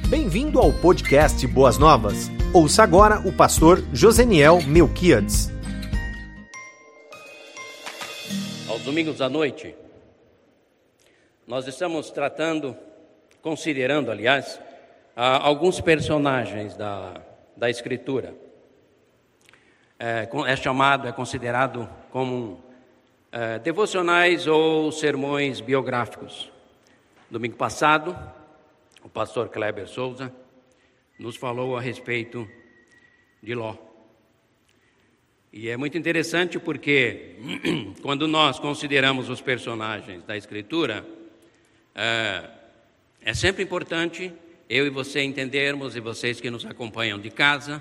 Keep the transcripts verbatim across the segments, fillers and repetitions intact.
Bem-vindo ao podcast Boas Novas. Ouça agora o pastor Joseniel Melquiades. Aos domingos à noite, nós estamos tratando, considerando, aliás, alguns personagens da, da Escritura. É, é chamado, é considerado como é, devocionais ou sermões biográficos. Domingo passado, o pastor Kleber Souza nos falou a respeito de Ló. E é muito interessante porque quando nós consideramos os personagens da Escritura, é, é sempre importante eu e você entendermos, e vocês que nos acompanham de casa,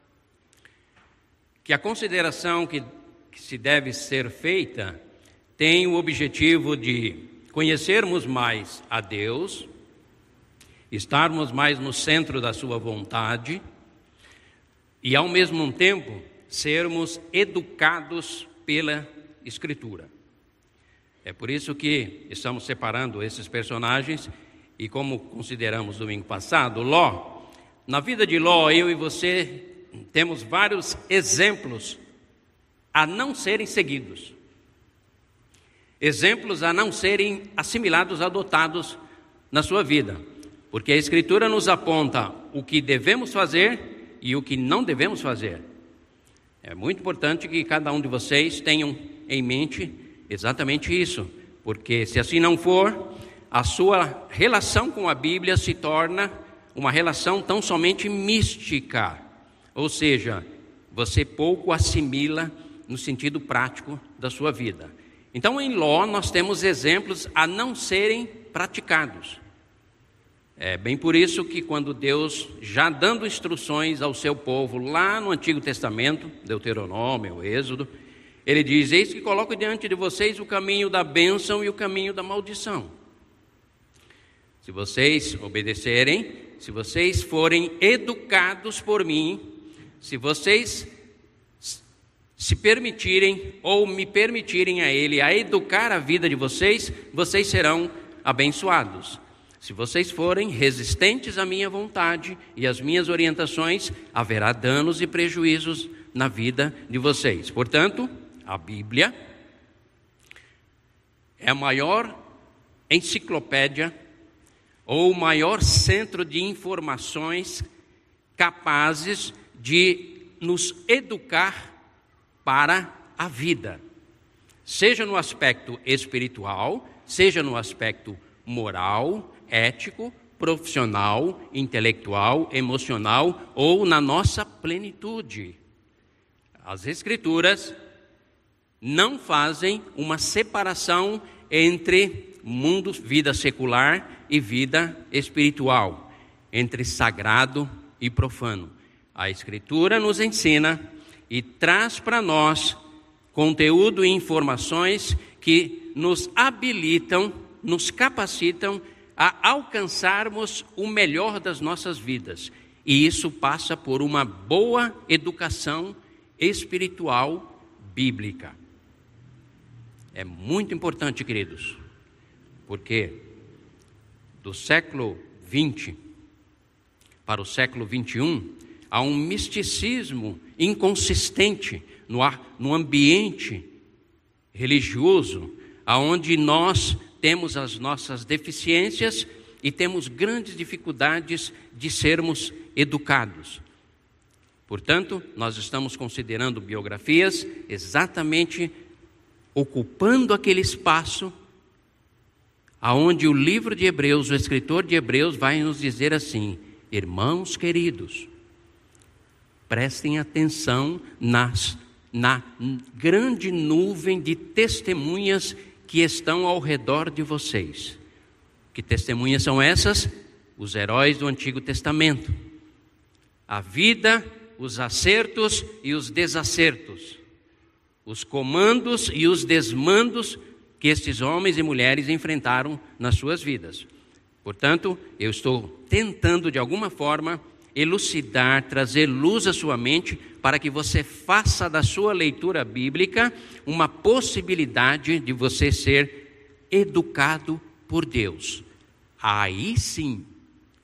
que a consideração que, que se deve ser feita tem o objetivo de conhecermos mais a Deus, estarmos mais no centro da sua vontade e, ao mesmo tempo, sermos educados pela Escritura. É por isso que estamos separando esses personagens e, como consideramos domingo passado, Ló. Na vida de Ló, eu e você temos vários exemplos a não serem seguidos, exemplos a não serem assimilados, adotados na sua vida. Porque a Escritura nos aponta o que devemos fazer e o que não devemos fazer. É muito importante que cada um de vocês tenham em mente exatamente isso. Porque se assim não for, a sua relação com a Bíblia se torna uma relação tão somente mística. Ou seja, você pouco assimila no sentido prático da sua vida. Então, em Ló, nós temos exemplos a não serem praticados. É bem por isso que quando Deus, já dando instruções ao seu povo lá no Antigo Testamento, Deuteronômio, Êxodo, ele diz: eis que coloco diante de vocês o caminho da bênção e o caminho da maldição. Se vocês obedecerem, se vocês forem educados por mim, se vocês se permitirem ou me permitirem a Ele a educar a vida de vocês, vocês serão abençoados. Se vocês forem resistentes à minha vontade e às minhas orientações, haverá danos e prejuízos na vida de vocês. Portanto, a Bíblia é a maior enciclopédia ou o maior centro de informações capazes de nos educar para a vida, seja no aspecto espiritual, seja no aspecto moral, ético, profissional, intelectual, emocional ou na nossa plenitude. As Escrituras não fazem uma separação entre mundo, vida secular e vida espiritual, entre sagrado e profano. A Escritura nos ensina e traz para nós conteúdo e informações que nos habilitam, nos capacitam a alcançarmos o melhor das nossas vidas. E isso passa por uma boa educação espiritual bíblica. É muito importante, queridos, porque do século vinte para o século vinte e um, há um misticismo inconsistente no, no ambiente religioso, aonde nós temos as nossas deficiências e temos grandes dificuldades de sermos educados. Portanto, nós estamos considerando biografias exatamente ocupando aquele espaço aonde o livro de Hebreus, o escritor de Hebreus vai nos dizer assim: irmãos queridos, prestem atenção nas, na grande nuvem de testemunhas que estão ao redor de vocês. Que testemunhas são essas? Os heróis do Antigo Testamento. A vida, os acertos e os desacertos. Os comandos e os desmandos que estes homens e mulheres enfrentaram nas suas vidas. Portanto, eu estou tentando de alguma forma elucidar, trazer luz à sua mente para que você faça da sua leitura bíblica uma possibilidade de você ser educado por Deus. Aí sim,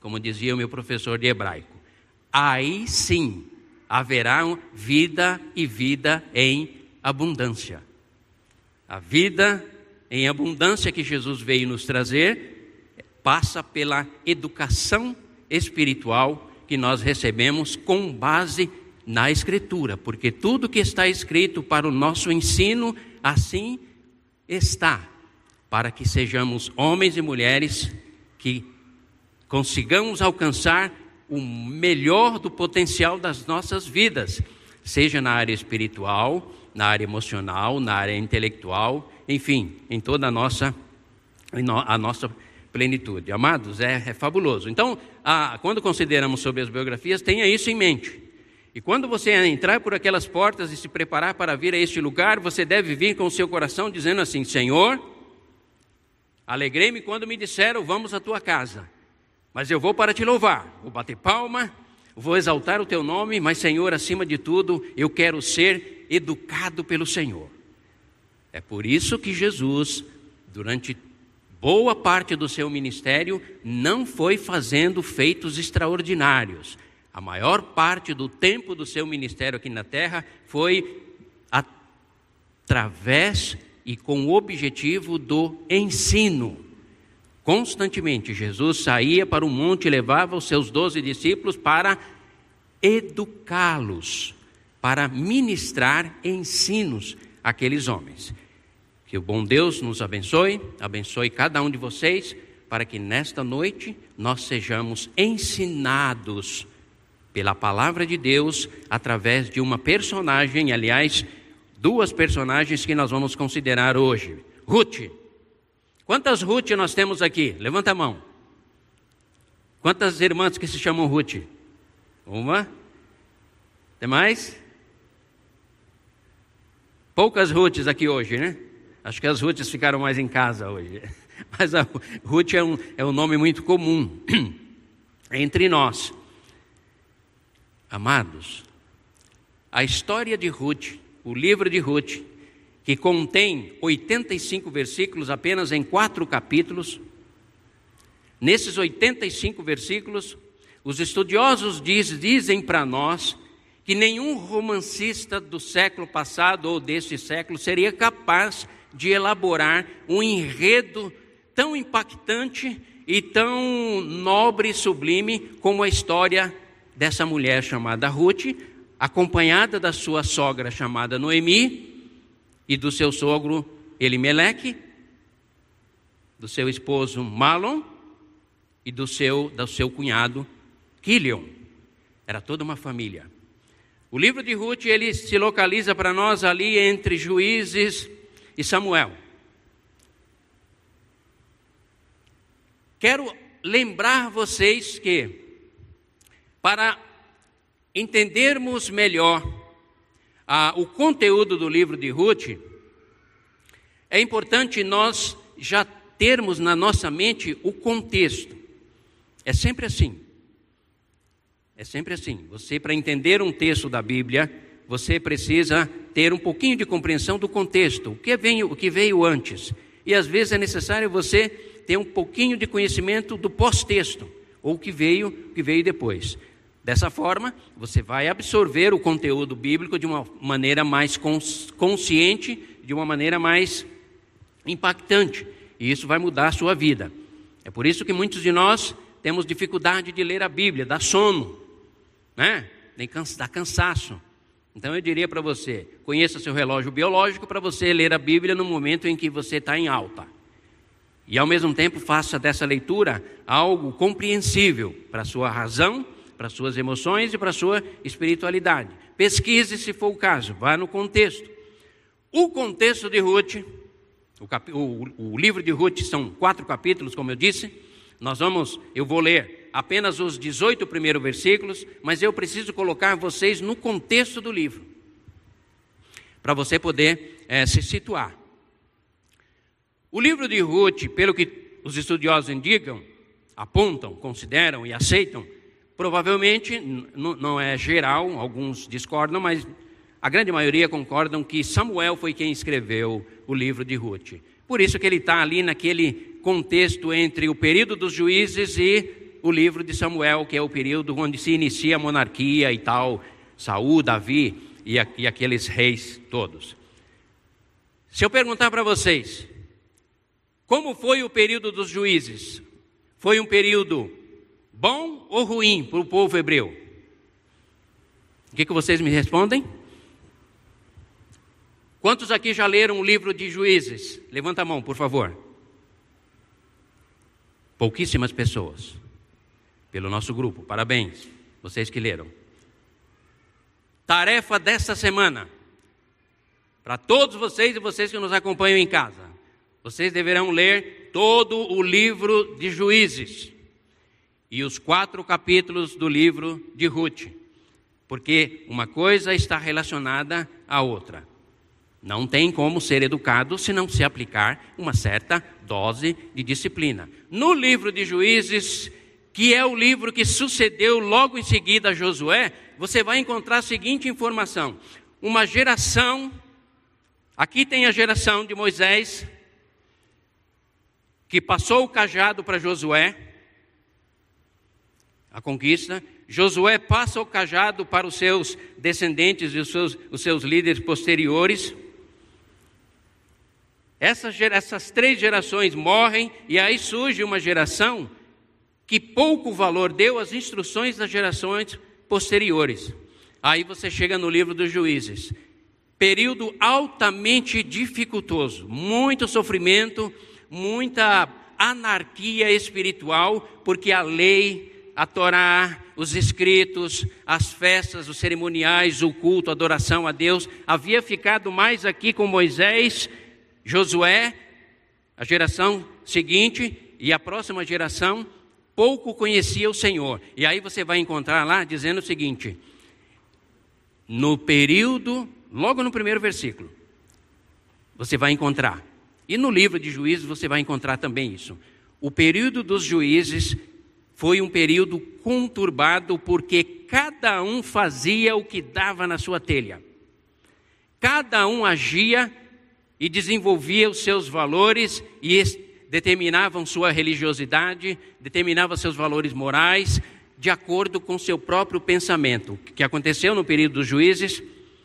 como dizia o meu professor de hebraico, aí sim haverá vida e vida em abundância. A vida em abundância que Jesus veio nos trazer passa pela educação espiritual que nós recebemos com base na Escritura, porque tudo que está escrito para o nosso ensino, assim está, para que sejamos homens e mulheres que consigamos alcançar o melhor do potencial das nossas vidas, seja na área espiritual, na área emocional, na área intelectual, enfim, em toda a nossa, a nossa plenitude. Amados, é, é fabuloso. Então, a, quando consideramos sobre as biografias, tenha isso em mente. E quando você entrar por aquelas portas e se preparar para vir a este lugar, você deve vir com o seu coração dizendo assim: Senhor, alegrei-me quando me disseram, vamos à tua casa. Mas eu vou para te louvar, vou bater palma, vou exaltar o teu nome, mas Senhor, acima de tudo, eu quero ser educado pelo Senhor. É por isso que Jesus, durante boa parte do seu ministério, não foi fazendo feitos extraordinários. A maior parte do tempo do seu ministério aqui na terra foi através e com o objetivo do ensino. Constantemente, Jesus saía para o monte e levava os seus doze discípulos para educá-los, para ministrar ensinos àqueles homens. Que o bom Deus nos abençoe, abençoe cada um de vocês, para que nesta noite nós sejamos ensinados pela palavra de Deus, através de uma personagem, aliás, duas personagens que nós vamos considerar hoje. Ruth. Quantas Ruth nós temos aqui? Levanta a mão. Quantas irmãs que se chamam Ruth? Uma? Tem mais? Poucas Ruths aqui hoje, né? Acho que as Ruths ficaram mais em casa hoje. Mas a Ruth é um, é um nome muito comum entre nós. Amados, a história de Ruth, o livro de Ruth, que contém oitenta e cinco versículos apenas em quatro capítulos, nesses oitenta e cinco versículos, os estudiosos diz, dizem para nós que nenhum romancista do século passado ou deste século seria capaz de elaborar um enredo tão impactante e tão nobre e sublime como a história dessa mulher chamada Ruth, acompanhada da sua sogra chamada Noemi e do seu sogro Elimeleque, do seu esposo Malom e do seu, do seu cunhado Quilion. Era toda uma família. O livro de Ruth, ele se localiza para nós ali entre Juízes e Samuel. Quero lembrar vocês que, para entendermos melhor ah, o conteúdo do livro de Ruth, é importante nós já termos na nossa mente o contexto. É sempre assim. É sempre assim. Você, para entender um texto da Bíblia, você precisa ter um pouquinho de compreensão do contexto, o que veio, o que veio antes. E às vezes é necessário você ter um pouquinho de conhecimento do pós-texto, ou o que veio, o que veio depois. Dessa forma, você vai absorver o conteúdo bíblico de uma maneira mais consciente, de uma maneira mais impactante. E isso vai mudar a sua vida. É por isso que muitos de nós temos dificuldade de ler a Bíblia, dá sono, né? Dá cansaço. Então eu diria para você, conheça seu relógio biológico para você ler a Bíblia no momento em que você está em alta. E ao mesmo tempo faça dessa leitura algo compreensível para a sua razão, para as suas emoções e para a sua espiritualidade. Pesquise se for o caso, vá no contexto. O contexto de Ruth, o, cap, o, o livro de Ruth são quatro capítulos, como eu disse. Nós vamos, eu vou ler apenas os dezoito primeiros versículos, mas eu preciso colocar vocês no contexto do livro, para você poder é, se situar. O livro de Ruth, pelo que os estudiosos indicam, apontam, consideram e aceitam, provavelmente, não é geral, alguns discordam, mas a grande maioria concordam que Samuel foi quem escreveu o livro de Ruth. Por isso que ele está ali naquele contexto entre o período dos juízes e o livro de Samuel, que é o período onde se inicia a monarquia e tal, Saul, Davi e, a, e aqueles reis todos. Se eu perguntar para vocês, como foi o período dos juízes? Foi um período bom ou ruim para o povo hebreu? O que, que vocês me respondem? Quantos aqui já leram o livro de Juízes? Levanta a mão, por favor. Pouquíssimas pessoas. Pelo nosso grupo, parabéns, vocês que leram. Tarefa desta semana, para todos vocês e vocês que nos acompanham em casa. Vocês deverão ler todo o livro de Juízes e os quatro capítulos do livro de Ruth, porque uma coisa está relacionada à outra. Não tem como ser educado se não se aplicar uma certa dose de disciplina. No livro de Juízes, que é o livro que sucedeu logo em seguida a Josué, você vai encontrar a seguinte informação. Uma geração, aqui tem a geração de Moisés, que passou o cajado para Josué, a conquista. Josué passa o cajado para os seus descendentes e os seus, os seus líderes posteriores. Essas, essas três gerações morrem e aí surge uma geração que pouco valor deu às instruções das gerações posteriores. Aí você chega no livro dos Juízes. Período altamente dificultoso, muito sofrimento, muita anarquia espiritual, porque a lei, a Torá, os escritos, as festas, os cerimoniais, o culto, a adoração a Deus, havia ficado mais aqui com Moisés, Josué, a geração seguinte e a próxima geração, pouco conhecia o Senhor. E aí você vai encontrar lá dizendo o seguinte, no período, logo no primeiro versículo, você vai encontrar, e no livro de Juízes você vai encontrar também isso. O período dos juízes foi um período conturbado porque cada um fazia o que dava na sua telha. Cada um agia e desenvolvia os seus valores e determinavam sua religiosidade, determinavam seus valores morais, de acordo com seu próprio pensamento. O que aconteceu no período dos juízes?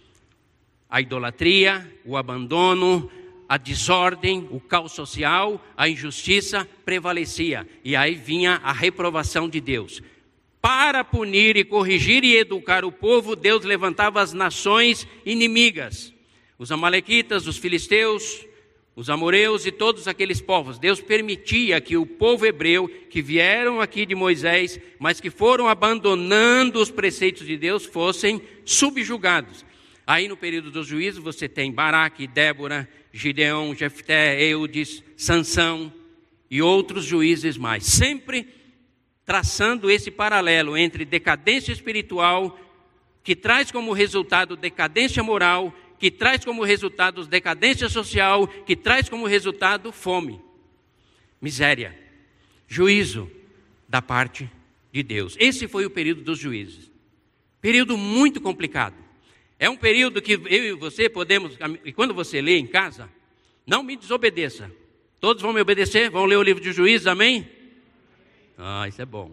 A idolatria, o abandono, a desordem, o caos social, a injustiça prevalecia. E aí vinha a reprovação de Deus. Para punir e corrigir e educar o povo, Deus levantava as nações inimigas. Os amalequitas, os filisteus, os amoreus e todos aqueles povos. Deus permitia que o povo hebreu, que vieram aqui de Moisés, mas que foram abandonando os preceitos de Deus, fossem subjugados. Aí no período dos juízes você tem Baraque, Débora, Gideão, Jefté, Eudes, Sansão e outros juízes mais. Sempre traçando esse paralelo entre decadência espiritual, que traz como resultado decadência moral, que traz como resultado decadência social, que traz como resultado fome, miséria, juízo da parte de Deus. Esse foi o período dos juízes. Período muito complicado. É um período que eu e você podemos, e quando você lê em casa, não me desobedeça. Todos vão me obedecer? Vão ler o livro de Juízes, amém? Ah, isso é bom.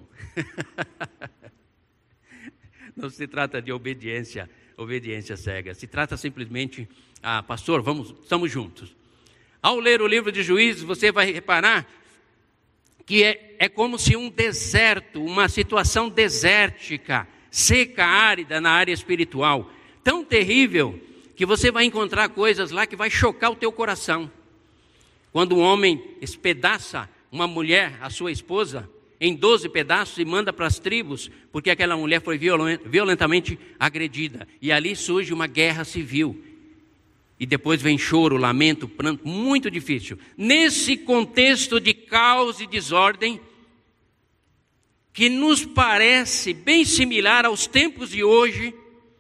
Não se trata de obediência, obediência cega. Se trata simplesmente, ah, pastor, vamos, estamos juntos. Ao ler o livro de Juízes, você vai reparar que é, é como se um deserto, uma situação desértica, seca, árida na área espiritual, tão terrível que você vai encontrar coisas lá que vai chocar o teu coração. Quando um homem espedaça uma mulher, a sua esposa, em doze pedaços e manda para as tribos, porque aquela mulher foi violentamente agredida. E ali surge uma guerra civil. E depois vem choro, lamento, pranto, muito difícil. Nesse contexto de caos e desordem, que nos parece bem similar aos tempos de hoje,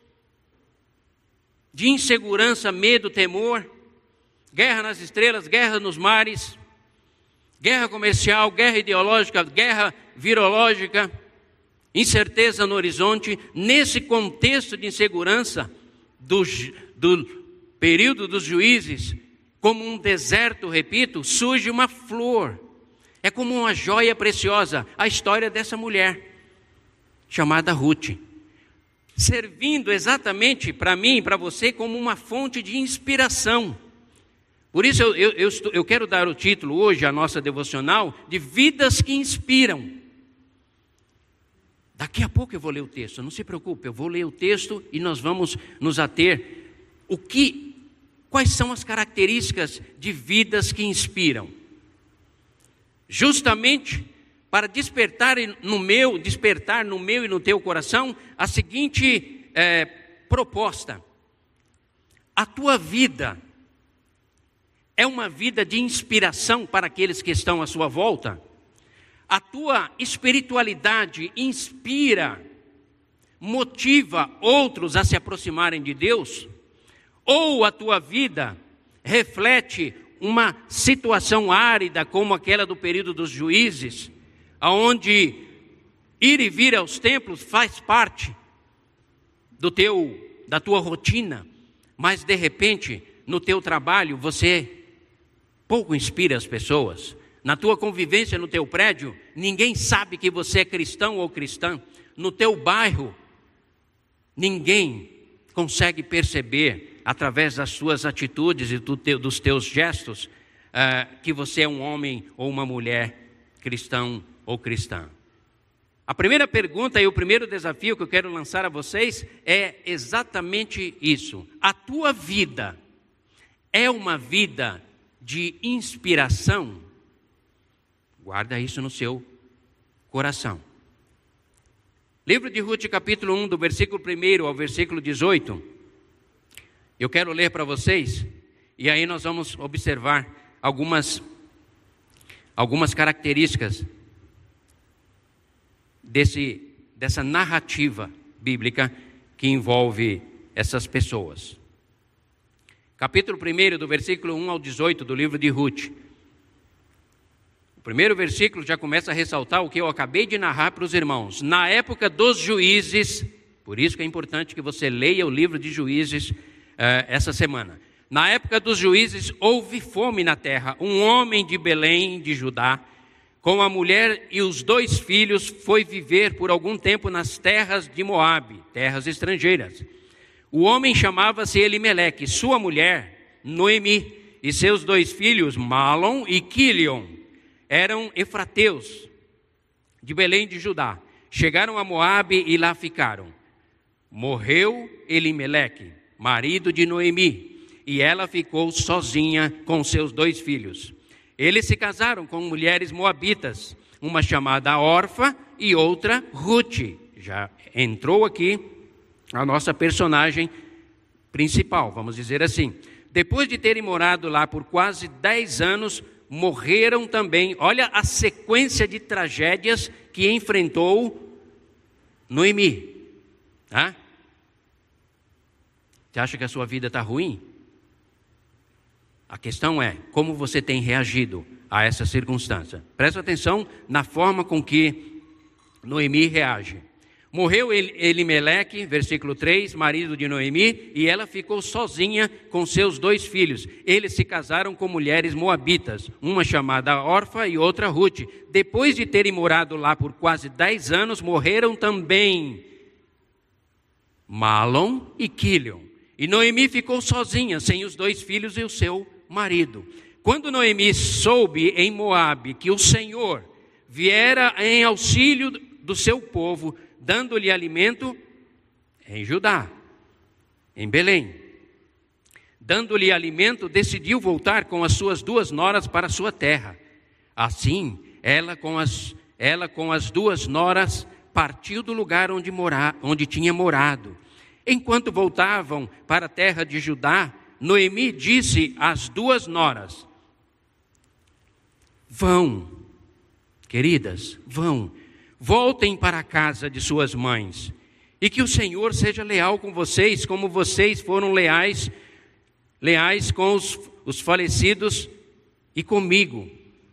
de insegurança, medo, temor, guerra nas estrelas, guerra nos mares, guerra comercial, guerra ideológica, guerra virológica, incerteza no horizonte. Nesse contexto de insegurança do, do período dos juízes, como um deserto, repito, surge uma flor. É como uma joia preciosa a história dessa mulher, chamada Ruth, servindo exatamente para mim e para você como uma fonte de inspiração. Por isso eu, eu, eu, eu quero dar o título hoje à nossa devocional de Vidas que Inspiram. Daqui a pouco eu vou ler o texto, não se preocupe, eu vou ler o texto e nós vamos nos ater o que, quais são as características de vidas que inspiram. Justamente para despertar no meu, despertar no meu e no teu coração a seguinte é, proposta: a tua vida é uma vida de inspiração para aqueles que estão à sua volta? A tua espiritualidade inspira, motiva outros a se aproximarem de Deus? Ou a tua vida reflete uma situação árida como aquela do período dos juízes, onde ir e vir aos templos faz parte do teu, da tua rotina, mas de repente no teu trabalho você pouco inspira as pessoas, na tua convivência no teu prédio ninguém sabe que você é cristão ou cristã, no teu bairro ninguém consegue perceber através das suas atitudes e do teu, dos teus gestos, uh, que você é um homem ou uma mulher cristão ou cristã. A primeira pergunta e o primeiro desafio que eu quero lançar a vocês é exatamente isso. A tua vida é uma vida de inspiração? Guarda isso no seu coração. Livro de Ruth, capítulo um, do versículo um ao versículo dezoito. Eu quero ler para vocês, e aí nós vamos observar algumas, algumas características desse, dessa narrativa bíblica que envolve essas pessoas. Capítulo um, do versículo um ao dezoito do livro de Ruth. O primeiro versículo já começa a ressaltar o que eu acabei de narrar para os irmãos. Na época dos juízes, por isso que é importante que você leia o livro de Juízes Uh, essa semana. Na época dos juízes houve fome na terra. Um homem de Belém, de Judá, com a mulher e os dois filhos, foi viver por algum tempo nas terras de Moabe, terras estrangeiras. O homem chamava-se Elimeleque, sua mulher, Noemi, e seus dois filhos, Malom e Quilion, eram efrateus, de Belém de Judá. Chegaram a Moabe e lá ficaram. Morreu Elimeleque, marido de Noemi, e ela ficou sozinha com seus dois filhos. Eles se casaram com mulheres moabitas, uma chamada Orfa e outra Ruth. Já entrou aqui a nossa personagem principal, vamos dizer assim. Depois de terem morado lá por quase dez anos, morreram também. Olha a sequência de tragédias que enfrentou Noemi. Tá? Você acha que a sua vida está ruim? A questão é como você tem reagido a essa circunstância. Presta atenção na forma com que Noemi reage. Morreu Elimeleque, versículo três, marido de Noemi, e ela ficou sozinha com seus dois filhos. Eles se casaram com mulheres moabitas, uma chamada Orfa e outra Ruth. Depois de terem morado lá por quase dez anos, morreram também Malom e Quilion. E Noemi ficou sozinha, sem os dois filhos e o seu marido. Quando Noemi soube em Moabe que o Senhor viera em auxílio do seu povo, dando-lhe alimento em Judá, em Belém. Dando-lhe alimento, decidiu voltar com as suas duas noras para a sua terra. Assim, ela com as, ela com as duas noras partiu do lugar onde, mora, onde tinha morado. Enquanto voltavam para a terra de Judá, Noemi disse às duas noras: vão, queridas, vão, voltem para a casa de suas mães, e que o Senhor seja leal com vocês, como vocês foram leais, leais com os, os falecidos e comigo.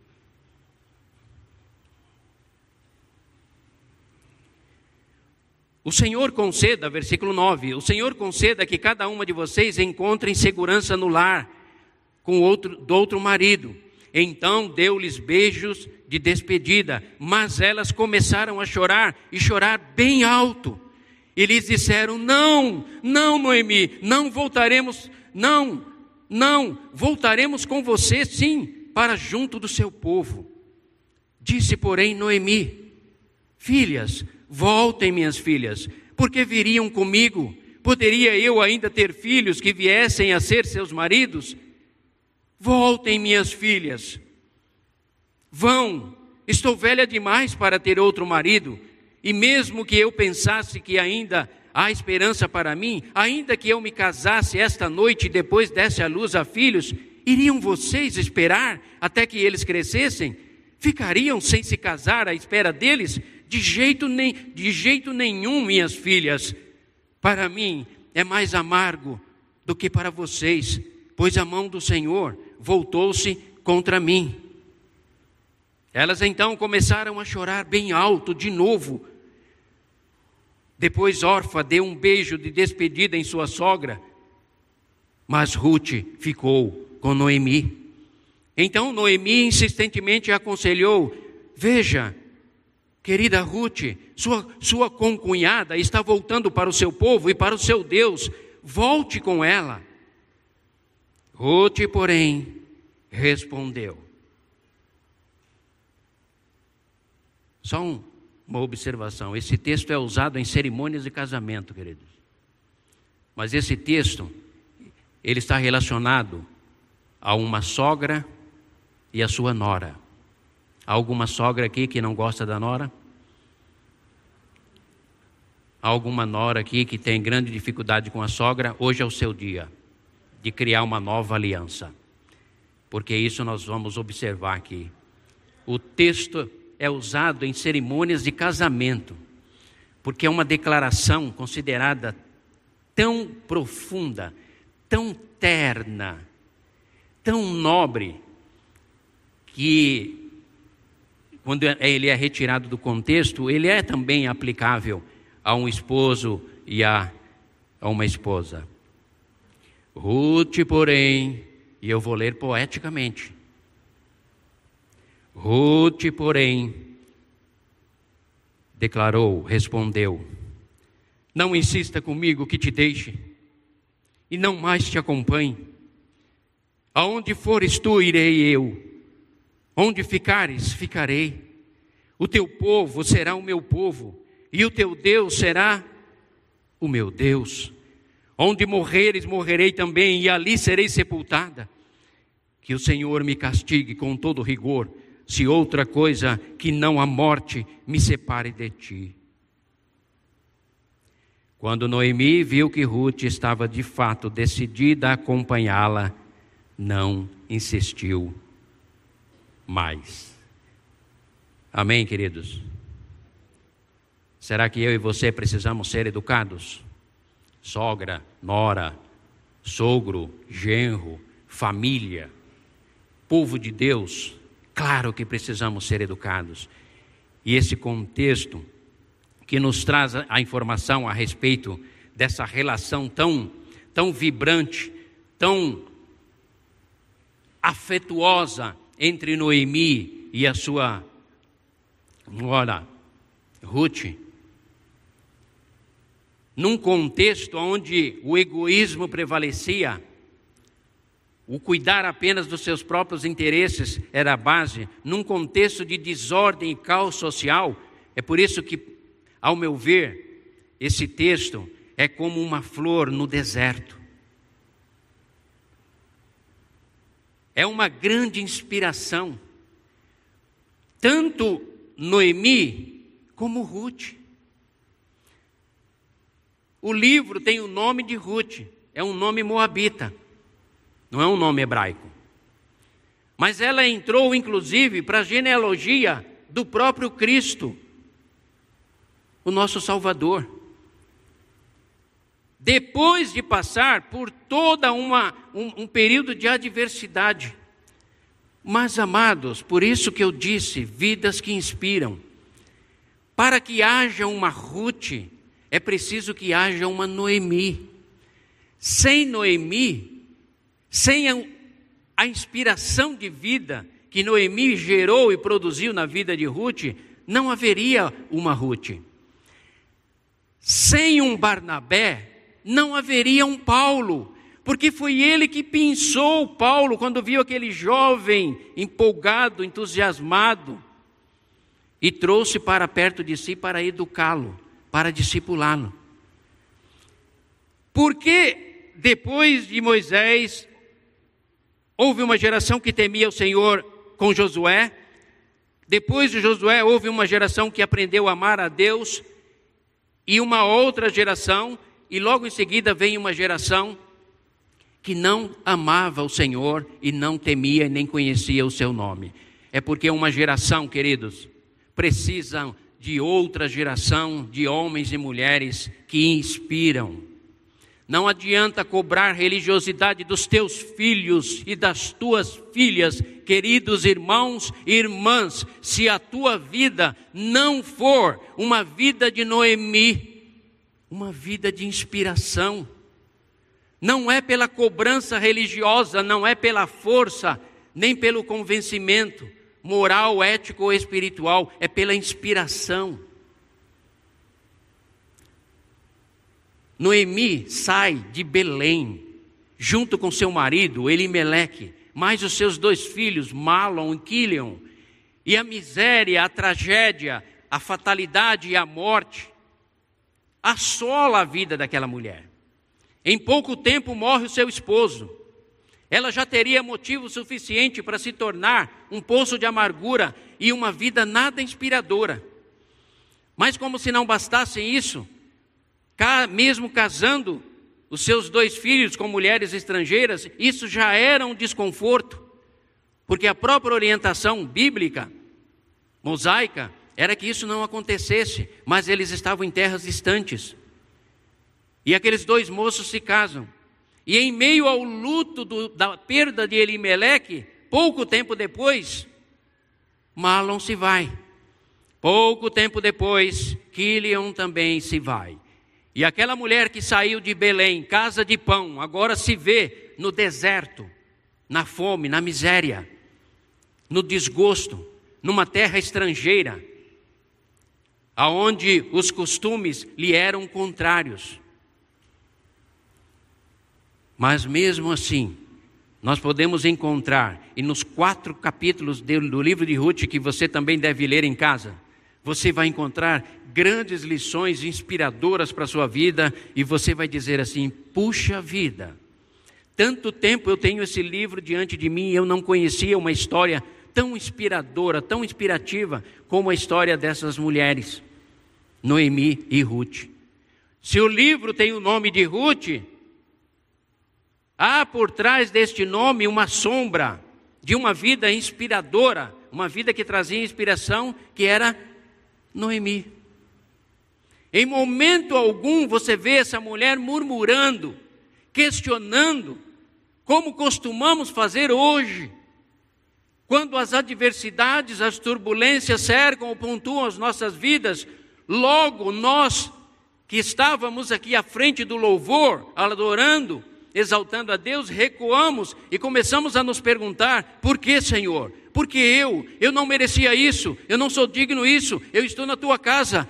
O Senhor conceda, versículo nove, o Senhor conceda que cada uma de vocês encontre segurança no lar com outro, do outro marido. Então deu-lhes beijos de despedida, mas elas começaram a chorar, e chorar bem alto. E lhes disseram: não, não, Noemi, não voltaremos, não, não, voltaremos com você, sim, para junto do seu povo. Disse, porém, Noemi: filhas, voltem, minhas filhas, porque viriam comigo. Poderia eu ainda ter filhos que viessem a ser seus maridos? Voltem, minhas filhas. Vão, estou velha demais para ter outro marido. E mesmo que eu pensasse que ainda há esperança para mim, ainda que eu me casasse esta noite e depois desse à luz a filhos, iriam vocês esperar até que eles crescessem? Ficariam sem se casar à espera deles? De jeito, nem, de jeito nenhum, minhas filhas. Para mim é mais amargo do que para vocês, pois a mão do Senhor voltou-se contra mim. Elas então começaram a chorar bem alto de novo. Depois Orfa deu um beijo de despedida em sua sogra, mas Ruth ficou com Noemi. Então Noemi insistentemente aconselhou: veja, querida Ruth, sua, sua concunhada está voltando para o seu povo e para o seu Deus, volte com ela. Ruth, porém, respondeu. Só um, uma observação, esse texto é usado em cerimônias de casamento, queridos. Mas esse texto, ele está relacionado a uma sogra e a sua nora. Há alguma sogra aqui que não gosta da nora? Há alguma nora aqui que tem grande dificuldade com a sogra? Hoje é o seu dia de criar uma nova aliança, porque isso nós vamos observar aqui. O texto é usado em cerimônias de casamento, porque é uma declaração considerada tão profunda, tão terna, tão nobre, que quando ele é retirado do contexto, ele é também aplicável a um esposo e a, a uma esposa. Ruth, porém, e eu vou ler poeticamente, Ruth, porém, declarou, respondeu: não insista comigo que te deixe, e não mais te acompanhe. Aonde fores tu, irei eu. Onde ficares, ficarei. O teu povo será o meu povo, e o teu Deus será o meu Deus. Onde morreres, morrerei também, e ali serei sepultada. Que o Senhor me castigue com todo rigor, se outra coisa que não a morte me separe de ti. Quando Noemi viu que Ruth estava de fato decidida a acompanhá-la, não insistiu mais. Amém, queridos? Será que eu e você precisamos ser educados? Sogra, nora, sogro, genro, família, povo de Deus, claro que precisamos ser educados. E esse contexto que nos traz a informação a respeito dessa relação tão, tão vibrante, tão afetuosa entre Noemi e a sua nora Ruth, num contexto onde o egoísmo prevalecia, o cuidar apenas dos seus próprios interesses era a base, num contexto de desordem e caos social. É por isso que, ao meu ver, esse texto é como uma flor no deserto. É uma grande inspiração, tanto Noemi como Ruth. O livro tem o nome de Ruth, é um nome moabita, não é um nome hebraico. Mas ela entrou, inclusive, para a genealogia do próprio Cristo, o nosso Salvador. Depois de passar por toda uma, um, um período de adversidade. Mas, amados, por isso que eu disse, vidas que inspiram. Para que haja uma Ruth, é preciso que haja uma Noemi. Sem Noemi, sem a, a inspiração de vida que Noemi gerou e produziu na vida de Ruth, não haveria uma Ruth. Sem um Barnabé, não haveria um Paulo, porque foi ele que pensou Paulo quando viu aquele jovem empolgado, entusiasmado, e trouxe para perto de si para educá-lo, para discipulá-lo. Porque depois de Moisés, houve uma geração que temia o Senhor com Josué. Depois de Josué, houve uma geração que aprendeu a amar a Deus, e uma outra geração, e logo em seguida vem uma geração que não amava o Senhor e não temia e nem conhecia o seu nome. É porque uma geração, queridos, precisa de outra geração de homens e mulheres que inspiram. Não adianta cobrar religiosidade dos teus filhos e das tuas filhas, queridos irmãos e irmãs, se a tua vida não for uma vida de Noemi, uma vida de inspiração. Não é pela cobrança religiosa, não é pela força, nem pelo convencimento moral, ético ou espiritual, é pela inspiração. Noemi sai de Belém, junto com seu marido, Elimeleque, mais os seus dois filhos, Malom e Quilion, e a miséria, a tragédia, a fatalidade e a morte, assola a vida daquela mulher. Em pouco tempo morre o seu esposo. Ela já teria motivo suficiente para se tornar um poço de amargura e uma vida nada inspiradora. Mas como se não bastasse isso, mesmo casando os seus dois filhos com mulheres estrangeiras, isso já era um desconforto, porque a própria orientação bíblica, mosaica, era que isso não acontecesse, mas eles estavam em terras distantes. E aqueles dois moços se casam. E em meio ao luto do, da perda de Elimeleque, pouco tempo depois, Malom se vai. Pouco tempo depois, Quilion também se vai. E aquela mulher que saiu de Belém, casa de pão, agora se vê no deserto, na fome, na miséria, no desgosto, numa terra estrangeira, aonde os costumes lhe eram contrários. Mas mesmo assim, nós podemos encontrar, e nos quatro capítulos do livro de Ruth, que você também deve ler em casa, você vai encontrar grandes lições inspiradoras para a sua vida, e você vai dizer assim: puxa vida, tanto tempo eu tenho esse livro diante de mim e eu não conhecia uma história tão inspiradora, tão inspirativa como a história dessas mulheres, Noemi e Ruth. Se o livro tem o nome de Ruth, há por trás deste nome uma sombra de uma vida inspiradora, uma vida que trazia inspiração, que era Noemi. Em momento algum você vê essa mulher murmurando, questionando, como costumamos fazer hoje, quando as adversidades, as turbulências cercam ou pontuam as nossas vidas. Logo nós que estávamos aqui à frente do louvor, adorando, exaltando a Deus, recuamos e começamos a nos perguntar: por que, Senhor? Porque eu, eu não merecia isso, eu não sou digno disso, eu estou na tua casa.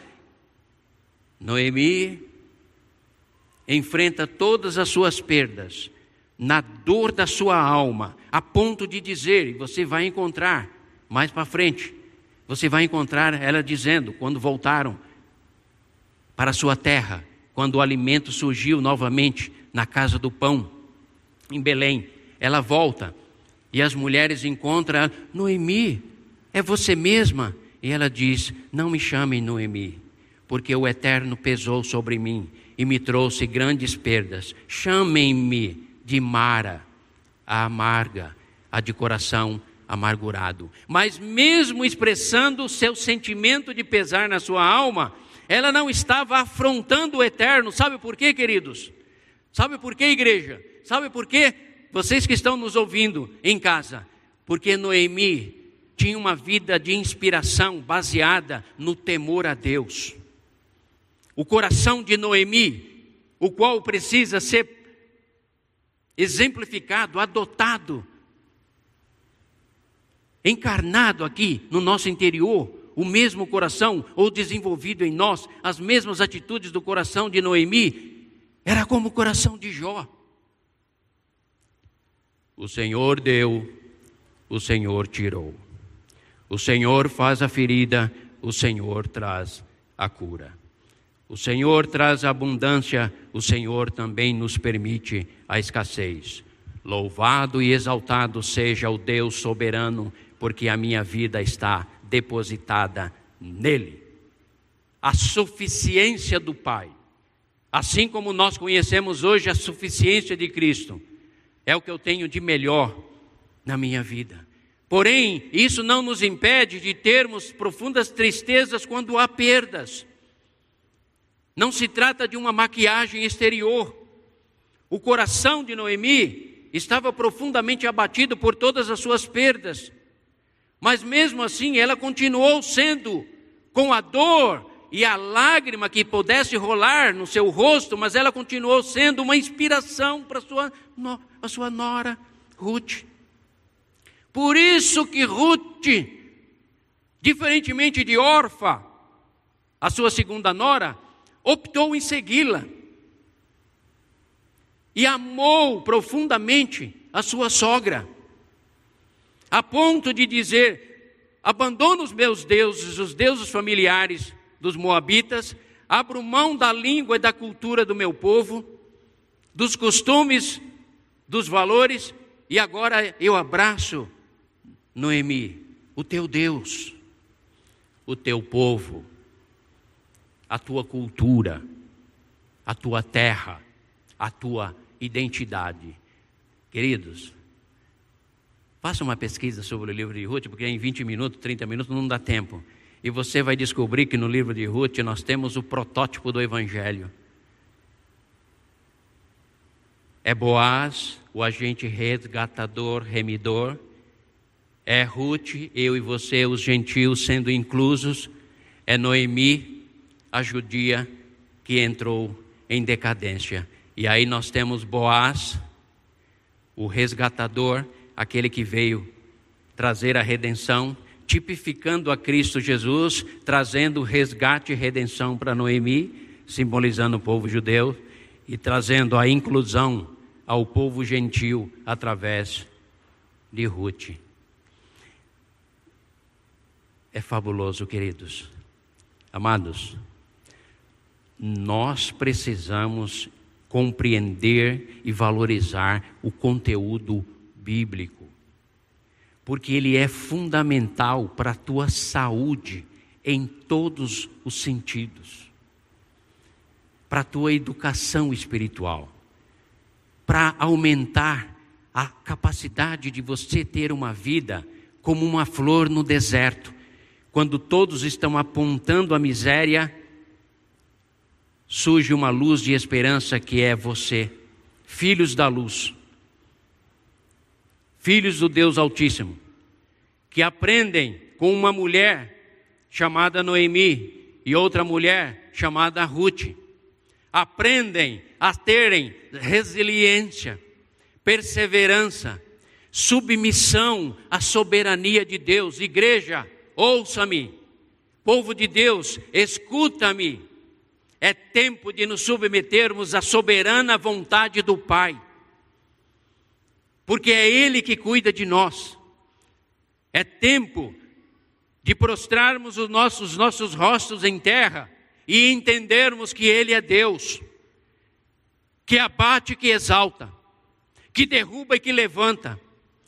Noemi enfrenta todas as suas perdas, na dor da sua alma, a ponto de dizer, e você vai encontrar mais para frente, você vai encontrar ela dizendo, quando voltaram para a sua terra, quando o alimento surgiu novamente na casa do pão, em Belém, ela volta e as mulheres encontram ela: Noemi, é você mesma? E ela diz: não me chamem Noemi, porque o Eterno pesou sobre mim e me trouxe grandes perdas. Chamem-me de Mara, a amarga, a de coração amargurado. Mas mesmo expressando o seu sentimento de pesar na sua alma, ela não estava afrontando o Eterno. Sabe por quê, queridos? Sabe por quê, igreja? Sabe por quê? Vocês que estão nos ouvindo em casa. Porque Noemi tinha uma vida de inspiração baseada no temor a Deus. O coração de Noemi, o qual precisa ser exemplificado, adotado, encarnado aqui no nosso interior, o mesmo coração, ou desenvolvido em nós, as mesmas atitudes do coração de Noemi, era como o coração de Jó. O Senhor deu, o Senhor tirou. O Senhor faz a ferida, o Senhor traz a cura. O Senhor traz a abundância, o Senhor também nos permite a escassez. Louvado e exaltado seja o Deus soberano, porque a minha vida está depositada nele. A suficiência do Pai, assim como nós conhecemos hoje a suficiência de Cristo, é o que eu tenho de melhor na minha vida. Porém, isso não nos impede de termos profundas tristezas quando há perdas. Não se trata de uma maquiagem exterior. O coração de Noemi estava profundamente abatido por todas as suas perdas. Mas mesmo assim, ela continuou sendo, com a dor e a lágrima que pudesse rolar no seu rosto, mas ela continuou sendo uma inspiração para a sua, a sua nora, Ruth. Por isso que Ruth, diferentemente de Orfa, a sua segunda nora, optou em segui-la e amou profundamente a sua sogra, a ponto de dizer: abandono os meus deuses, os deuses familiares dos moabitas, abro mão da língua e da cultura do meu povo, dos costumes, dos valores, e agora eu abraço, Noemi, o teu Deus, o teu povo, a tua cultura, a tua terra, a tua identidade. Queridos, faça uma pesquisa sobre o livro de Ruth, porque em vinte minutos, trinta minutos não dá tempo. E você vai descobrir que no livro de Ruth nós temos o protótipo do Evangelho. É Boaz, o agente resgatador, remidor. É Ruth, eu e você, os gentios sendo inclusos. É Noemi, a judia que entrou em decadência. E aí nós temos Boaz, o resgatador, aquele que veio trazer a redenção, tipificando a Cristo Jesus, trazendo resgate e redenção para Noemi, simbolizando o povo judeu, e trazendo a inclusão ao povo gentil através de Ruth. É fabuloso, queridos. Amados, nós precisamos compreender e valorizar o conteúdo bíblico, porque ele é fundamental para a tua saúde em todos os sentidos, para a tua educação espiritual, para aumentar a capacidade de você ter uma vida como uma flor no deserto. Quando todos estão apontando a miséria, surge uma luz de esperança que é você, filhos da luz, filhos do Deus Altíssimo, que aprendem com uma mulher chamada Noemi e outra mulher chamada Ruth. Aprendem a terem resiliência, perseverança, submissão à soberania de Deus. Igreja, ouça-me. Povo de Deus, escuta-me. É tempo de nos submetermos à soberana vontade do Pai, porque é Ele que cuida de nós. É tempo de prostrarmos os nossos, os nossos rostos em terra e entendermos que Ele é Deus, que abate e que exalta, que derruba e que levanta,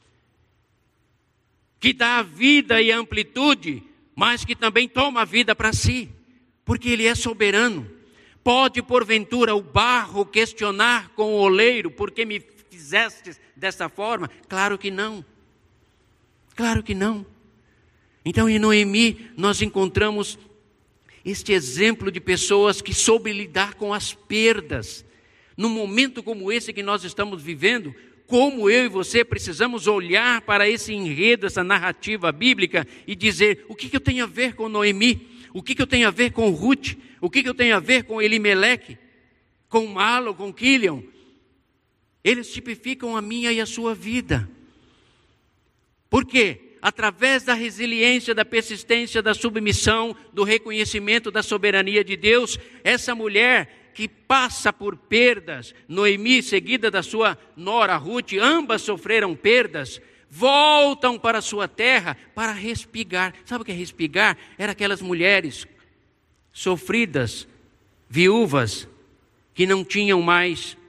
que dá a vida e a amplitude, mas que também toma a vida para si, porque Ele é soberano. Pode, porventura, o barro questionar com o oleiro: por que me fizeste dessa forma? Claro que não. Claro que não. Então, em Noemi, nós encontramos este exemplo de pessoas que soube lidar com as perdas. Num momento como esse que nós estamos vivendo, como eu e você precisamos olhar para esse enredo, essa narrativa bíblica e dizer: o que, que eu tenho a ver com Noemi? O que, que eu tenho a ver com Ruth? O que, que eu tenho a ver com Elimeleque? Com Malo, com Quilion? Eles tipificam a minha e a sua vida. Por quê? através da resiliência, da persistência, da submissão, do reconhecimento da soberania de Deus, essa mulher que passa por perdas, Noemi, seguida da sua nora Ruth, ambas sofreram perdas, voltam para a sua terra para respigar. Sabe o que é respigar? Eram aquelas mulheres sofridas, viúvas, que não tinham mais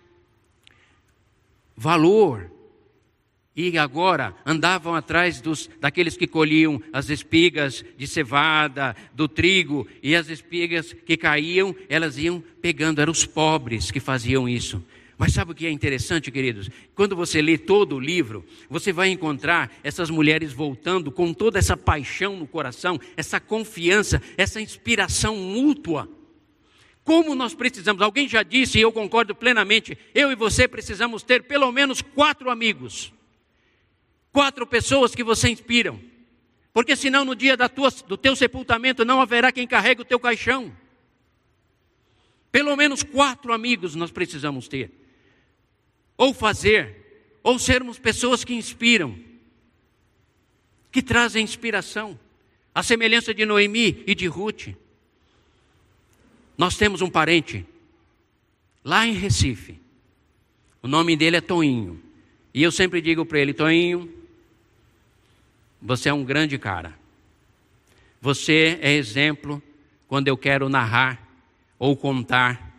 valor. E agora andavam atrás dos, daqueles que colhiam as espigas de cevada, do trigo, e as espigas que caíam, elas iam pegando, eram os pobres que faziam isso. Mas sabe o que é interessante, queridos? Quando você lê todo o livro, você vai encontrar essas mulheres voltando com toda essa paixão no coração, essa confiança, essa inspiração mútua. Como nós precisamos, alguém já disse, e eu concordo plenamente, eu e você precisamos ter pelo menos quatro amigos. Quatro pessoas que você inspiram, porque senão no dia da tua, do teu sepultamento não haverá quem carregue o teu caixão. Pelo menos quatro amigos nós precisamos ter, ou fazer, ou sermos pessoas que inspiram, que trazem inspiração, a semelhança de Noemi e de Ruth. Nós temos um parente lá em Recife, o nome dele é Toinho, e eu sempre digo para ele: Toinho, você é um grande cara. Você é exemplo quando eu quero narrar ou contar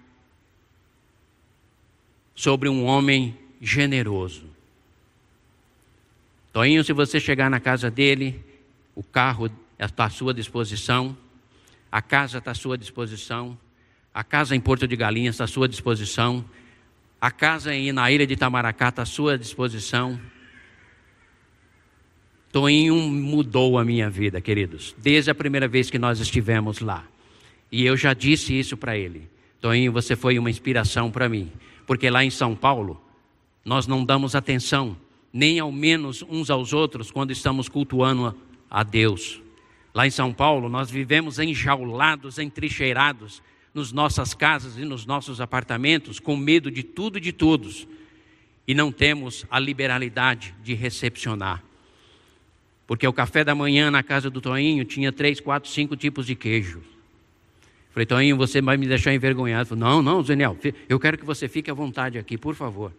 sobre um homem generoso. Toinho, se você chegar na casa dele, o carro está à sua disposição, a casa está à sua disposição, a casa em Porto de Galinhas está à sua disposição, a casa na ilha de Itamaracá está à sua disposição. Toinho mudou a minha vida, queridos, desde a primeira vez que nós estivemos lá. E eu já disse isso para ele: Toinho, você foi uma inspiração para mim. Porque lá em São Paulo, nós não damos atenção, nem ao menos uns aos outros, quando estamos cultuando a Deus. Lá em São Paulo, nós vivemos enjaulados, entrincheirados, nas nossas casas e nos nossos apartamentos, com medo de tudo e de todos. E não temos a liberalidade de recepcionar. Porque o café da manhã na casa do Toinho tinha três, quatro, cinco tipos de queijo. Falei: Toinho, você vai me deixar envergonhado. Falei: não, não, Zeniel, eu quero que você fique à vontade aqui, por favor.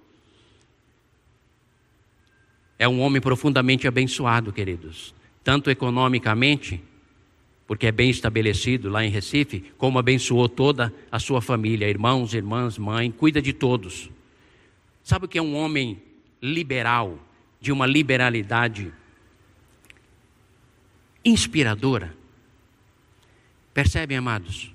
É um homem profundamente abençoado, queridos. Tanto economicamente, porque é bem estabelecido lá em Recife, como abençoou toda a sua família, irmãos, irmãs, mãe, cuida de todos. Sabe o que é um homem liberal, de uma liberalidade inspiradora? Percebem, amados?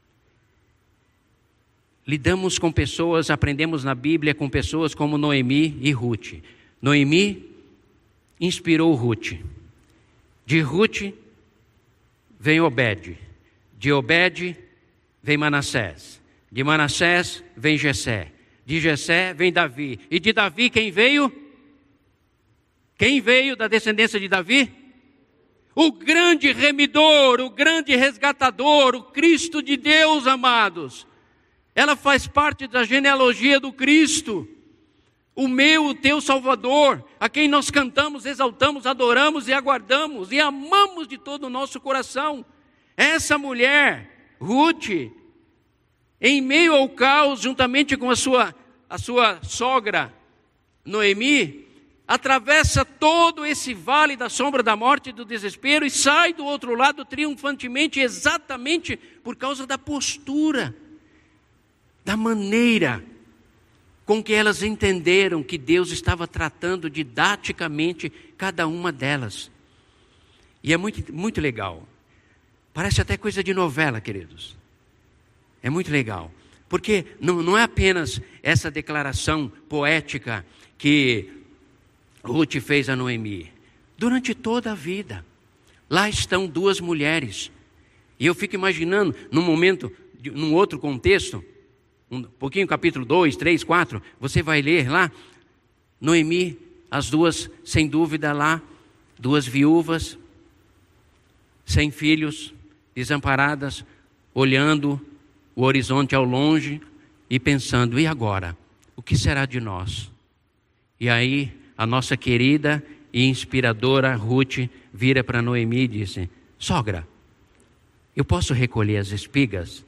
Lidamos com pessoas, aprendemos na Bíblia com pessoas como Noemi e Ruth. Noemi inspirou Ruth. De Ruth vem Obed. De Obed vem Manassés. De Manassés vem Jessé. De Jessé vem Davi. E de Davi quem veio? Quem veio da descendência de Davi? O grande remidor, o grande resgatador, o Cristo de Deus, amados. Ela faz parte da genealogia do Cristo. O meu, o teu Salvador, a quem nós cantamos, exaltamos, adoramos e aguardamos e amamos de todo o nosso coração. Essa mulher, Ruth, em meio ao caos, juntamente com a sua, a sua sogra, Noemi, atravessa todo esse vale da sombra da morte e do desespero e sai do outro lado triunfantemente, exatamente por causa da postura, da maneira com que elas entenderam que Deus estava tratando didaticamente cada uma delas. E é muito, muito legal. Parece até coisa de novela, queridos. É muito legal. Porque não, não é apenas essa declaração poética que Ruth fez a Noemi. Durante toda a vida, lá estão duas mulheres. E eu fico imaginando, num momento, num outro contexto, um pouquinho, capítulo dois, três, quatro, você vai ler lá, Noemi, as duas, sem dúvida lá, duas viúvas, sem filhos, desamparadas, olhando o horizonte ao longe e pensando: e agora? O que será de nós? E aí, a nossa querida e inspiradora Ruth vira para Noemi e disse: sogra, eu posso recolher as espigas?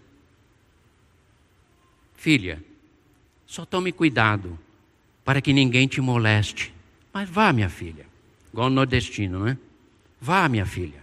Filha, só tome cuidado para que ninguém te moleste. Mas vá, minha filha. Igual o nordestino, não é? Vá, minha filha.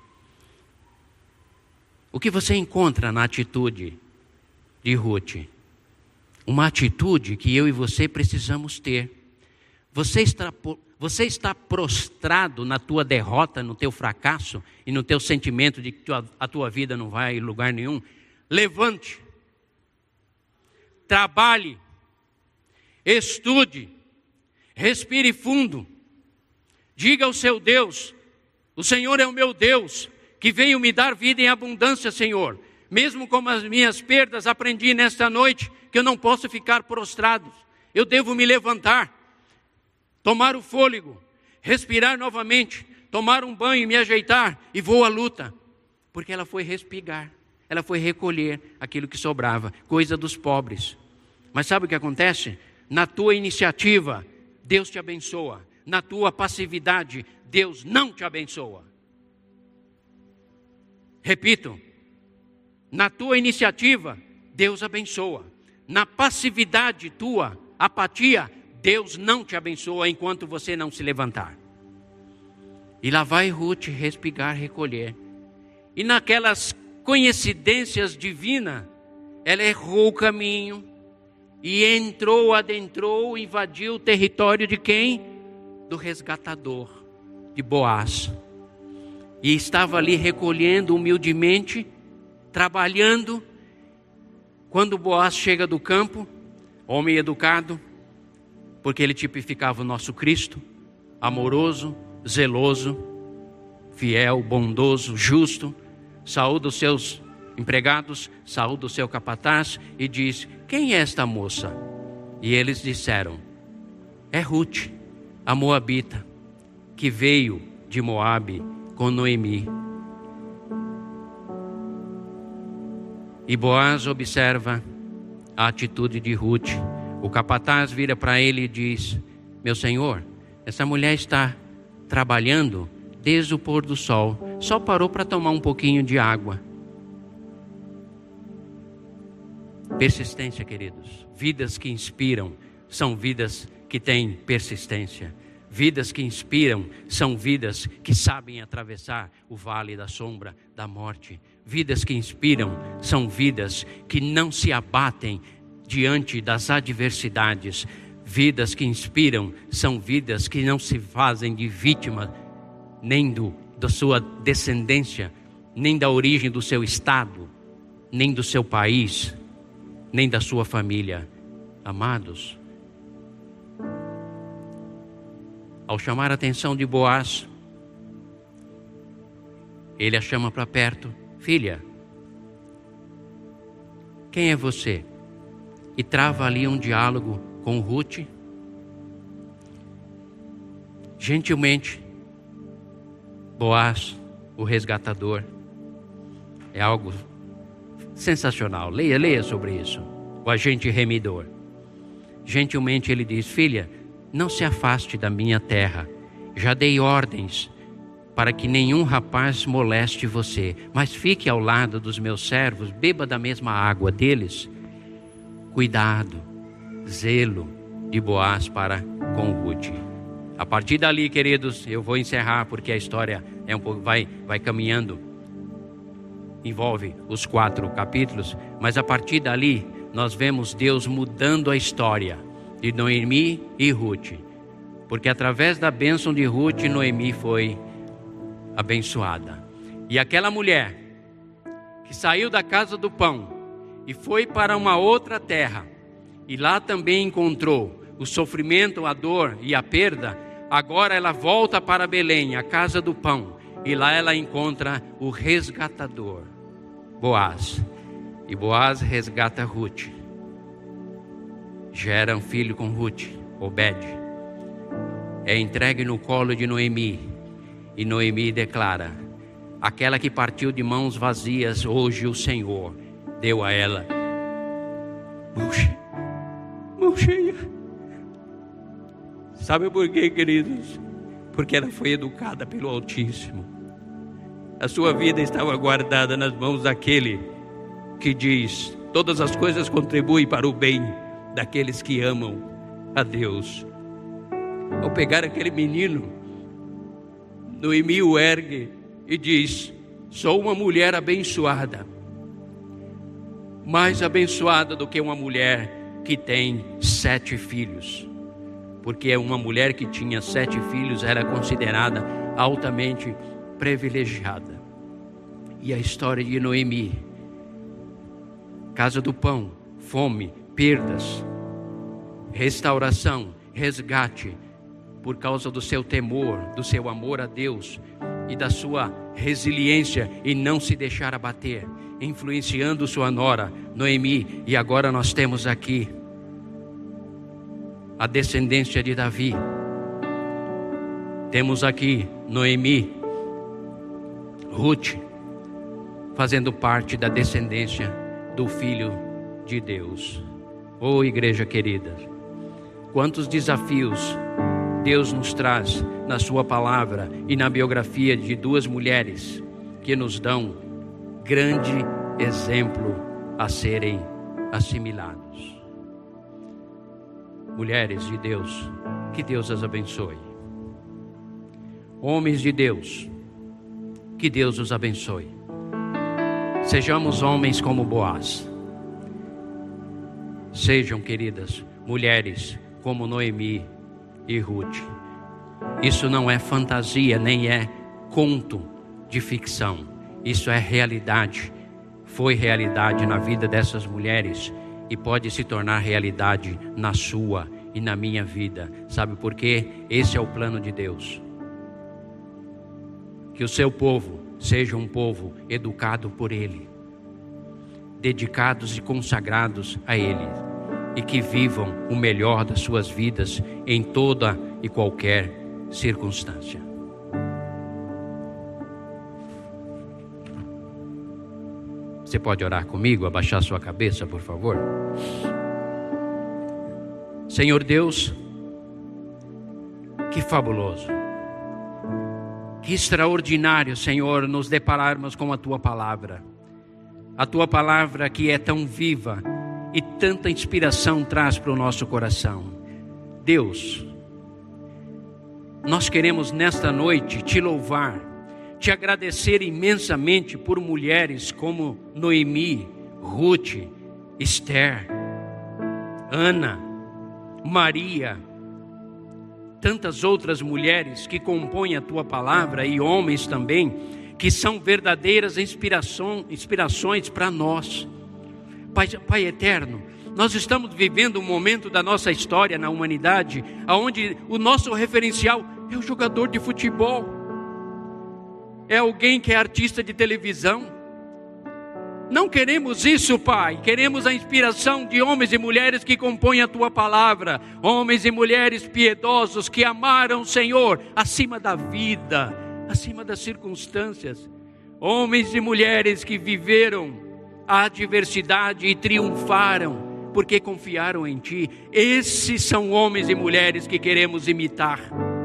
O que você encontra na atitude de Ruth? Uma atitude que eu e você precisamos ter. Você está, você está prostrado na tua derrota, no teu fracasso e no teu sentimento de que a tua vida não vai em lugar nenhum? Levante. Trabalhe. Estude. Respire fundo. Diga ao seu Deus: o Senhor é o meu Deus, que veio me dar vida em abundância, Senhor. Mesmo com as minhas perdas, aprendi nesta noite que eu não posso ficar prostrado. Eu devo me levantar, tomar o fôlego, respirar novamente, tomar um banho, me ajeitar e vou à luta. Porque ela foi respigar, ela foi recolher aquilo que sobrava, coisa dos pobres. Mas sabe o que acontece? Na tua iniciativa, Deus te abençoa. Na tua passividade, Deus não te abençoa. Repito, na tua iniciativa, Deus abençoa. Na passividade tua, apatia, Deus não te abençoa enquanto você não se levantar. E lá vai Ruth respigar, recolher. E naquelas coincidências divinas, ela errou o caminho e entrou, adentrou, invadiu o território de quem? Do resgatador, de Boaz. E estava ali recolhendo humildemente, trabalhando. Quando Boaz chega do campo, homem educado, porque ele tipificava o nosso Cristo, amoroso, zeloso, fiel, bondoso, justo, saúda os seus empregados, saúda o seu capataz e diz: quem é esta moça? E eles disseram: é Ruth, a moabita, que veio de Moabe com Noemi. E Boaz observa a atitude de Ruth. O capataz vira para ele e diz: meu senhor, essa mulher está trabalhando desde o pôr do sol, só parou para tomar um pouquinho de água. Persistência, queridos. Vidas que inspiram são vidas que têm persistência. Vidas que inspiram são vidas que sabem atravessar o vale da sombra da morte. Vidas que inspiram são vidas que não se abatem diante das adversidades. Vidas que inspiram são vidas que não se fazem de vítima nem do, da sua descendência, nem da origem do seu estado, nem do seu país, nem da sua família. Amados, ao chamar a atenção de Boaz, ele a chama para perto: filha, quem é você? E trava ali um diálogo com Ruth. Gentilmente, Boaz, o resgatador, é algo sensacional. Leia, leia sobre isso. O agente remidor. Gentilmente ele diz: filha, não se afaste da minha terra. Já dei ordens para que nenhum rapaz moleste você, mas fique ao lado dos meus servos, beba da mesma água deles. Cuidado, zelo de Boaz para com Ruth. A partir dali, queridos, eu vou encerrar porque a história é um pouco, vai, vai caminhando, envolve os quatro capítulos, mas a partir dali nós vemos Deus mudando a história de Noemi e Ruth, porque através da bênção de Ruth, Noemi foi abençoada. E aquela mulher que saiu da casa do pão e foi para uma outra terra, e lá também encontrou o sofrimento, a dor e a perda, agora ela volta para Belém, a casa do pão, e lá ela encontra o resgatador, Boaz. E Boaz resgata Ruth, gera um filho com Ruth, Obed. É entregue no colo de Noemi, e Noemi declara: aquela que partiu de mãos vazias, hoje o Senhor deu a ela mão cheia. Mão cheia. Sabe por quê, queridos? porque ela foi educada pelo Altíssimo. A sua vida estava guardada nas mãos daquele que diz: todas as coisas contribuem para o bem daqueles que amam a Deus. Ao pegar aquele menino, Noemi o ergue e diz: sou uma mulher abençoada, mais abençoada do que uma mulher que tem sete filhos, porque uma mulher que tinha sete filhos era considerada altamente privilegiada. E a história de Noemi, casa do pão, fome, perdas, restauração, resgate, por causa do seu temor, do seu amor a Deus e da sua resiliência em não se deixar abater, influenciando sua nora, Noemi. E agora nós temos aqui a descendência de Davi. Temos aqui Noemi, Ruth, fazendo parte da descendência do Filho de Deus. Oh, igreja querida, quantos desafios Deus nos traz na sua palavra e na biografia de duas mulheres que nos dão grande exemplo a serem assimilados. Mulheres de Deus, que Deus as abençoe. Homens de Deus, que Deus os abençoe. Sejamos homens como Boaz. Sejam, queridas, mulheres como Noemi e Ruth. Isso não é fantasia, nem é conto de ficção. Isso é realidade. Foi realidade na vida dessas mulheres e pode se tornar realidade na sua e na minha vida. Sabe por quê? Esse é o plano de Deus. Que o seu povo seja um povo educado por Ele, dedicados e consagrados a Ele, e que vivam o melhor das suas vidas em toda e qualquer circunstância. Você pode orar comigo, abaixar sua cabeça, por favor? Senhor Deus, que fabuloso, que extraordinário, Senhor, nos depararmos com a Tua Palavra. A Tua Palavra que é tão viva e tanta inspiração traz para o nosso coração. Deus, nós queremos nesta noite Te louvar, Te agradecer imensamente por mulheres como Noemi, Ruth, Esther, Ana, Maria, tantas outras mulheres que compõem a Tua Palavra, e homens também, que são verdadeiras inspiração, inspirações para nós. Pai, Pai eterno, nós estamos vivendo um momento da nossa história na humanidade, onde o nosso referencial é o jogador de futebol, é alguém que é artista de televisão. Não queremos isso, Pai. Queremos a inspiração de homens e mulheres que compõem a Tua Palavra, homens e mulheres piedosos que amaram o Senhor acima da vida, acima das circunstâncias, homens e mulheres que viveram a adversidade e triunfaram porque confiaram em Ti. Esses são homens e mulheres que queremos imitar.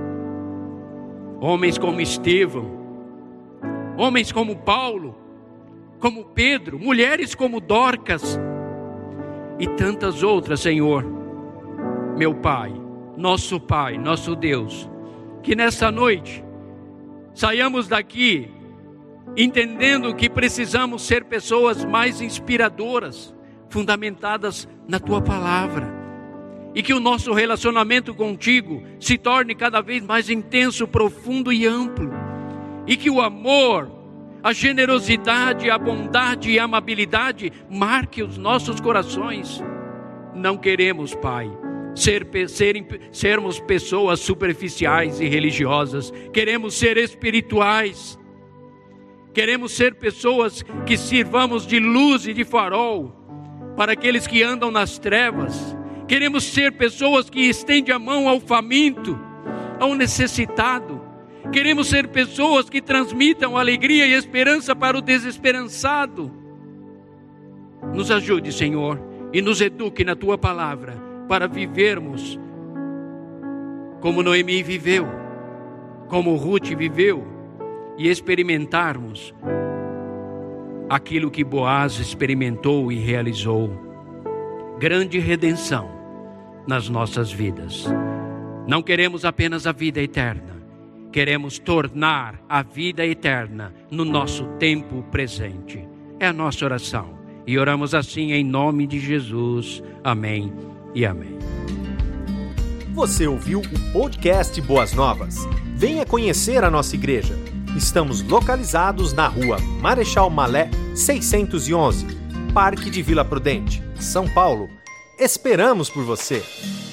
Homens como Estevão, homens como Paulo, como Pedro, mulheres como Dorcas e tantas outras, Senhor, meu Pai, nosso Pai, nosso Deus, que nessa noite saiamos daqui entendendo que precisamos ser pessoas mais inspiradoras, fundamentadas na Tua Palavra, e que o nosso relacionamento contigo se torne cada vez mais intenso, profundo e amplo, e que o amor, a generosidade, a bondade e a amabilidade marque os nossos corações. Não queremos, Pai, ser, ser, sermos pessoas superficiais e religiosas. Queremos ser espirituais. Queremos ser pessoas que sirvamos de luz e de farol para aqueles que andam nas trevas. Queremos ser pessoas que estendem a mão ao faminto, ao necessitado. Queremos ser pessoas que transmitam alegria e esperança para o desesperançado. Nos ajude, Senhor, e nos eduque na Tua Palavra para vivermos como Noemi viveu, como Ruth viveu e experimentarmos aquilo que Boaz experimentou e realizou. Grande redenção nas nossas vidas. Não queremos apenas a vida eterna, queremos tornar a vida eterna no nosso tempo presente. É a nossa oração. E oramos assim em nome de Jesus. Amém e amém. Você ouviu o podcast Boas Novas? Venha conhecer a nossa igreja. Estamos localizados na rua Marechal Malé seiscentos e onze, Parque de Vila Prudente, São Paulo. Esperamos por você!